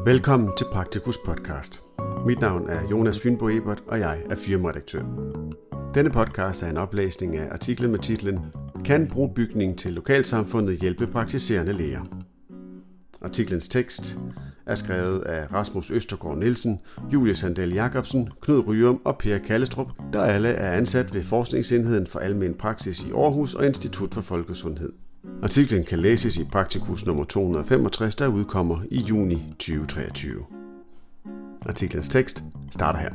Velkommen til Praktikus podcast. Mit navn er Jonas Fynbo Ebert, og jeg er firmaredaktør. Denne podcast er en oplæsning af artiklen med titlen Kan brobygning til lokalsamfundet hjælpe praktiserende læger? Artiklens tekst er skrevet af Rasmus Østergaard Nielsen, Julie Sandel Jacobsen, Knud Ryum og Per Kallestrup, der alle er ansat ved Forskningsenheden for Almen Praksis i Aarhus og Institut for Folkesundhed. Artiklen kan læses i Praktikus nummer 265, der udkommer i juni 2023. Artiklens tekst starter her.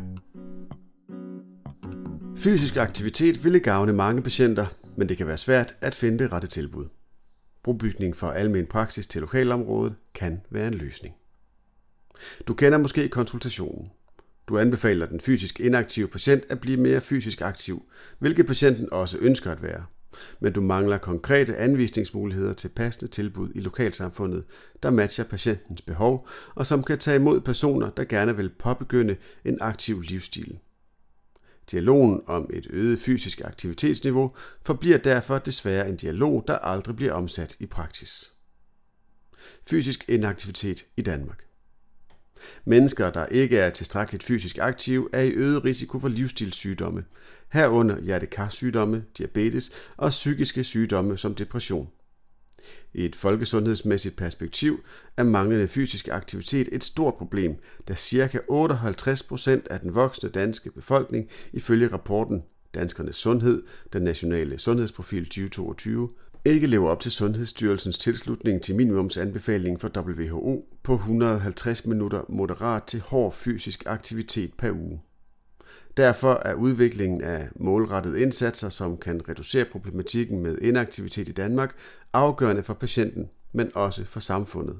Fysisk aktivitet ville gavne mange patienter, men det kan være svært at finde det rette tilbud. Brobygning for almen praksis til lokalområdet kan være en løsning. Du kender måske konsultationen. Du anbefaler den fysisk inaktive patient at blive mere fysisk aktiv, hvilket patienten også ønsker at være. Men du mangler konkrete anvisningsmuligheder til passende tilbud i lokalsamfundet, der matcher patientens behov og som kan tage imod personer, der gerne vil påbegynde en aktiv livsstil. Dialogen om et øget fysisk aktivitetsniveau forbliver derfor desværre en dialog, der aldrig bliver omsat i praksis. Fysisk inaktivitet i Danmark. Mennesker, der ikke er tilstrækkeligt fysisk aktive, er i øget risiko for livsstilssygdomme, herunder hjertekarsygdomme, diabetes og psykiske sygdomme som depression. I et folkesundhedsmæssigt perspektiv er manglende fysisk aktivitet et stort problem, da ca. 58% af den voksne danske befolkning ifølge rapporten Danskernes Sundhed, den nationale sundhedsprofil 2022, ikke lever op til Sundhedsstyrelsens tilslutning til minimumsanbefalingen for WHO på 150 minutter moderat til hård fysisk aktivitet per uge. Derfor er udviklingen af målrettede indsatser, som kan reducere problematikken med inaktivitet i Danmark, afgørende for patienten, men også for samfundet.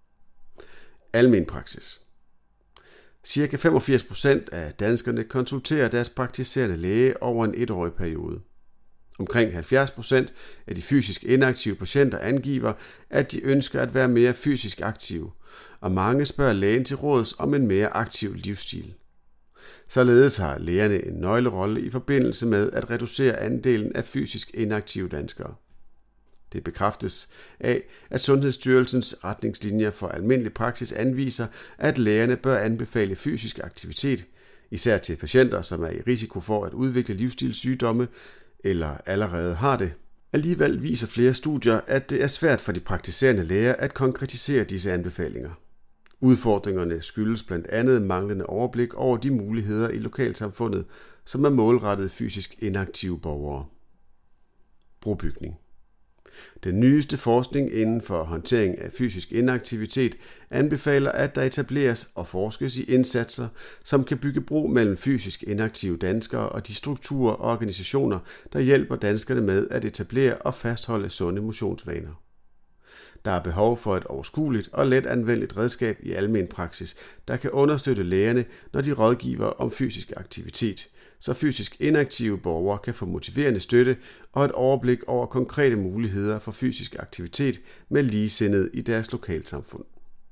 Almen praksis. Cirka 85% af danskerne konsulterer deres praktiserende læge over en etårig periode. Omkring 70% af de fysisk inaktive patienter angiver, at de ønsker at være mere fysisk aktive, og mange spørger lægen til råds om en mere aktiv livsstil. Således har lægerne en nøglerolle i forbindelse med at reducere andelen af fysisk inaktive danskere. Det bekræftes af, at Sundhedsstyrelsens retningslinjer for almindelig praksis anviser, at lægerne bør anbefale fysisk aktivitet, især til patienter, som er i risiko for at udvikle livsstilssygdomme eller allerede har det. Alligevel viser flere studier, at det er svært for de praktiserende læger at konkretisere disse anbefalinger. Udfordringerne skyldes blandt andet manglende overblik over de muligheder i lokalsamfundet, som er målrettet fysisk inaktive borgere. Brobygning. Den nyeste forskning inden for håndtering af fysisk inaktivitet anbefaler, at der etableres og forskes i indsatser, som kan bygge bro mellem fysisk inaktive danskere og de strukturer og organisationer, der hjælper danskerne med at etablere og fastholde sunde motionsvaner. Der er behov for et overskueligt og let anvendeligt redskab i almen praksis, der kan understøtte lægerne, når de rådgiver om fysisk aktivitet, så fysisk inaktive borgere kan få motiverende støtte og et overblik over konkrete muligheder for fysisk aktivitet med ligesindede i deres lokalsamfund.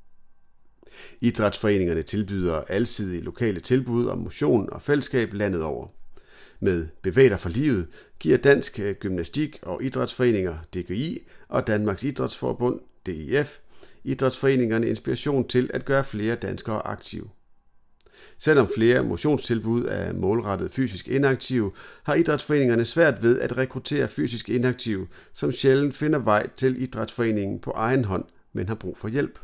Idrætsforeningerne tilbyder alsidige lokale tilbud om motion og fællesskab landet over. Med Bevæg dig for livet giver Dansk Gymnastik- og Idrætsforeninger DGI og Danmarks Idrætsforbund DIF idrætsforeningerne inspiration til at gøre flere danskere aktive. Selvom flere motionstilbud er målrettet fysisk inaktive, har idrætsforeningerne svært ved at rekruttere fysisk inaktive, som sjældent finder vej til idrætsforeningen på egen hånd, men har brug for hjælp.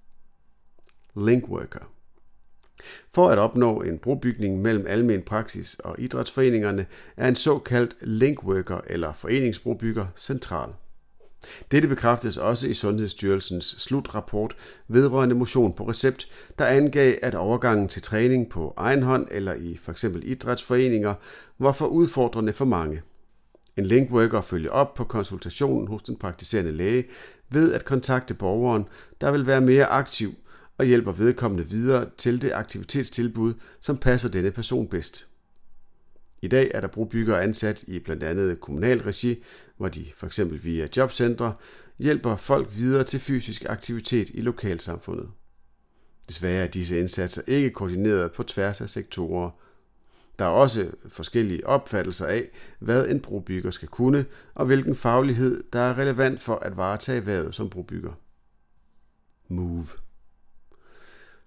Linkworker. For at opnå en brobygning mellem almen praksis og idrætsforeningerne er en såkaldt linkworker eller foreningsbrobygger central. Dette bekræftes også i Sundhedsstyrelsens slutrapport vedrørende motion på recept, der angav, at overgangen til træning på egen hånd eller i f.eks. idrætsforeninger var for udfordrende for mange. En linkworker følger op på konsultationen hos den praktiserende læge ved at kontakte borgeren, der vil være mere aktiv, og hjælper vedkommende videre til det aktivitetstilbud, som passer denne person bedst. I dag er der brobyggere ansat i blandt andet kommunal regi, hvor de f.eks. via jobcentre hjælper folk videre til fysisk aktivitet i lokalsamfundet. Desværre er disse indsatser ikke koordineret på tværs af sektorer. Der er også forskellige opfattelser af, hvad en brobygger skal kunne, og hvilken faglighed, der er relevant for at varetage hvervet som brobygger. Move.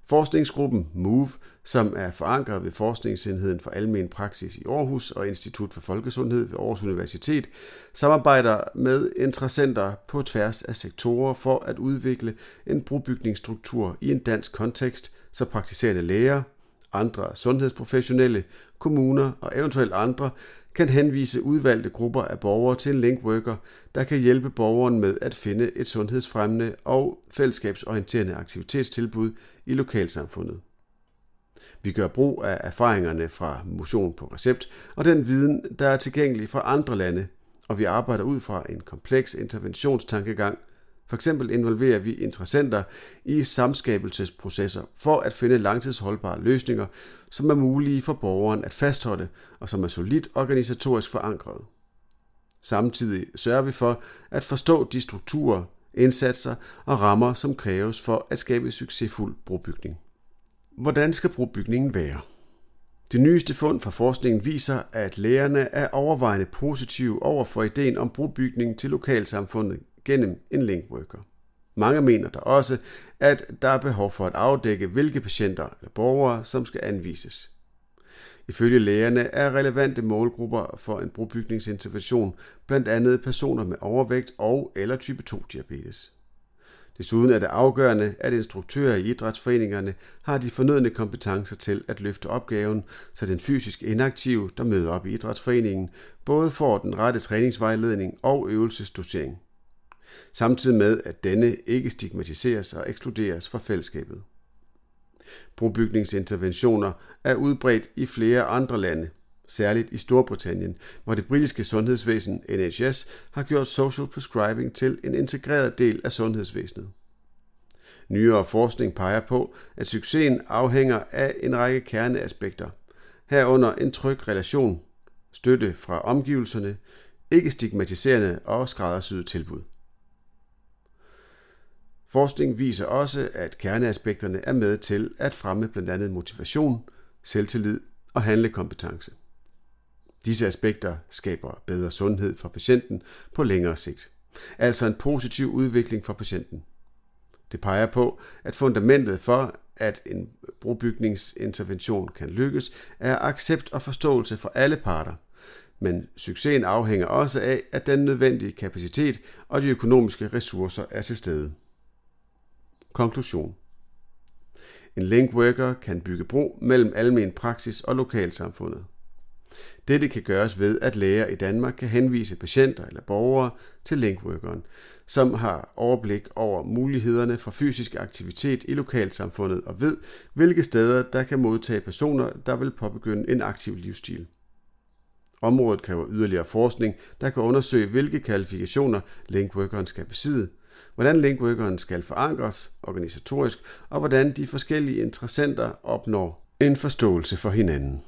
Forskningsgruppen MOVE, som er forankret ved Forskningsenheden for Almen Praksis i Aarhus og Institut for Folkesundhed ved Aarhus Universitet, samarbejder med interessenter på tværs af sektorer for at udvikle en brobygningsstruktur i en dansk kontekst, så praktiserende læger, andre sundhedsprofessionelle, kommuner og eventuelt andre kan henvise udvalgte grupper af borgere til en linkworker, der kan hjælpe borgeren med at finde et sundhedsfremmende og fællesskabsorienterende aktivitetstilbud i lokalsamfundet. Vi gør brug af erfaringerne fra motion på recept og den viden, der er tilgængelig fra andre lande, og vi arbejder ud fra en kompleks interventionstankegang. For eksempel involverer vi interessenter i samskabelsesprocesser for at finde langtidsholdbare løsninger, som er mulige for borgeren at fastholde og som er solidt organisatorisk forankret. Samtidig sørger vi for at forstå de strukturer, indsatser og rammer, som kræves for at skabe succesfuld brobygning. Hvordan skal brobygningen være? Det nyeste fund fra forskningen viser, at lægerne er overvejende positive over for ideen om brobygning til lokalsamfundet gennem en linkworker. Mange mener der også, at der er behov for at afdække, hvilke patienter eller borgere, som skal anvises. Ifølge lægerne er relevante målgrupper for en brobygningsintervention blandt andet personer med overvægt og eller type 2 diabetes. Desuden er det afgørende, at instruktører i idrætsforeningerne har de fornødne kompetencer til at løfte opgaven, så den fysisk inaktive, der møder op i idrætsforeningen, både får den rette træningsvejledning og øvelsesdosering. Samtidig med, at denne ikke stigmatiseres og ekskluderes fra fællesskabet. Brobygningsinterventioner er udbredt i flere andre lande, særligt i Storbritannien, hvor det britiske sundhedsvæsen NHS har gjort social prescribing til en integreret del af sundhedsvæsenet. Nyere forskning peger på, at succesen afhænger af en række kerneaspekter, herunder en tryg relation, støtte fra omgivelserne, ikke stigmatiserende og skræddersyede tilbud. Forskning viser også, at kerneaspekterne er med til at fremme blandt andet motivation, selvtillid og handlekompetence. Disse aspekter skaber bedre sundhed for patienten på længere sigt, altså en positiv udvikling for patienten. Det peger på, at fundamentet for, at en brobygningsintervention kan lykkes, er accept og forståelse for alle parter, men succesen afhænger også af, at den nødvendige kapacitet og de økonomiske ressourcer er til stede. Konklusion. En linkworker kan bygge bro mellem almen praksis og lokalsamfundet. Dette kan gøres ved, at læger i Danmark kan henvise patienter eller borgere til linkworkeren, som har overblik over mulighederne for fysisk aktivitet i lokalsamfundet og ved, hvilke steder der kan modtage personer, der vil påbegynde en aktiv livsstil. Området kræver yderligere forskning, der kan undersøge, hvilke kvalifikationer linkworkeren skal besidde, hvordan linkworkeren skal forankres organisatorisk, og hvordan de forskellige interessenter opnår en forståelse for hinanden.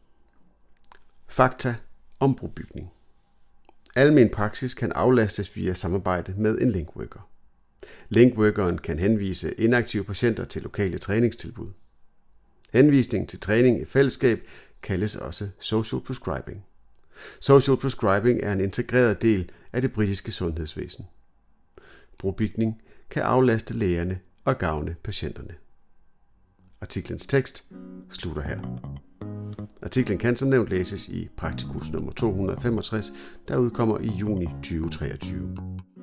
Fakta om brobygning. Almen praksis kan aflastes via samarbejde med en linkworker. Linkworkeren kan henvise inaktive patienter til lokale træningstilbud. Henvisning til træning i fællesskab kaldes også social prescribing. Social prescribing er en integreret del af det britiske sundhedsvæsen. Brobygning kan aflaste lægerne og gavne patienterne. Artiklens tekst slutter her. Artiklen kan som nævnt læses i Praktikus nummer 265, der udkommer i juni 2023.